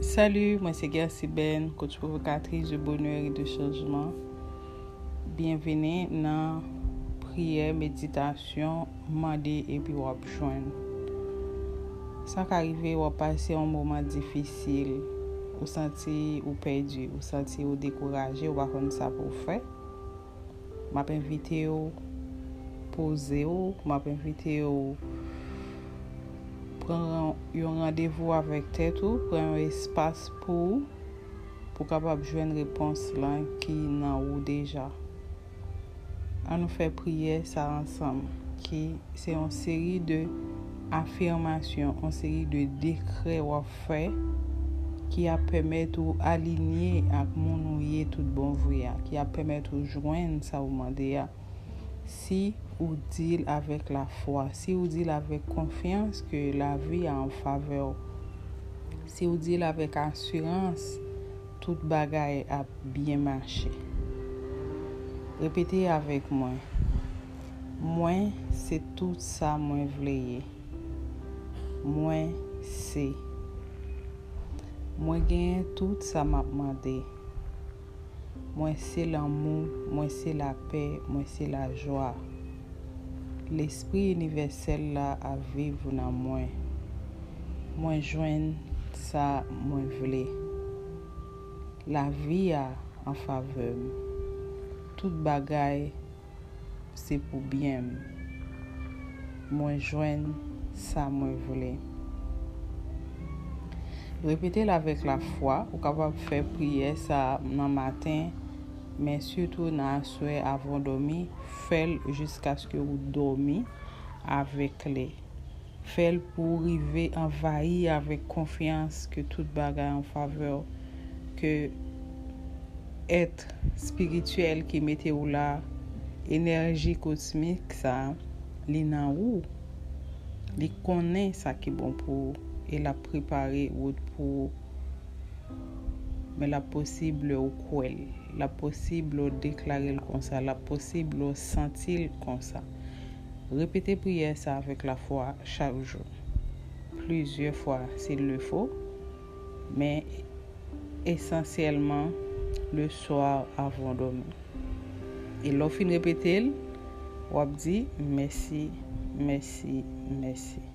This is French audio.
Salut, moi c'est Gersi Ben, coach provocatrice de bonheur et de changement. Bienvenue dans prière, méditation, demander et puis wap joindre. Sans qu'arriver ou passer un moment difficile, ou sentir ou perdu, ou sentir ou découragé, ou pas comme ça pour faire. M'a invité au poser ou m'a invité au prendre un rendez-vous avec tête ou prendre un espace pour capable joindre réponse là qui nan ou déjà. On nous fait prier ça ensemble qui c'est une série de affirmations, une série de décrets ou fait qui a permettre ou aligner avec mon ouïe tout bon vrai qui a permettre ou joindre ça ou demander si ou dit avec la foi, si ou dit avec confiance que la vie est en faveur, si ou dit avec assurance toute bagaille a bien marché. Répétez avec moi. Moi, c'est tout ça moi vle. Moi, c'est. Moi gagne tout ça m'a demandé. Moi, c'est l'amour, moi, c'est la paix, moi, c'est la joie. L'esprit universel là à vivre dans moi. Moi, joindre ça, moi, vle. La vie a en faveur. Toute bagaille, c'est pour bien. Moi, joindre ça, moi, vle. Répétez-le avec la foi. Vous capable faire prier ça dans matin. Mais surtout dans la soirée avant de dormir, faites jusqu'à ce que vous dormiez avec les. Faites pour arriver envahir avec confiance que toute bagaille en faveur, que être spirituel qui mettez ou là, énergie cosmique ça, li nan ou, li connaît ça qui est bon pour et la préparer ou pour mais la possible au quoi la possible déclarer comme ça, la possible sentir comme ça. Répétez prière ça avec la foi chaque jour. Plusieurs fois s'il le faut, mais essentiellement le soir avant de dormir. Et l'on fin répéter, on dit merci, merci, merci.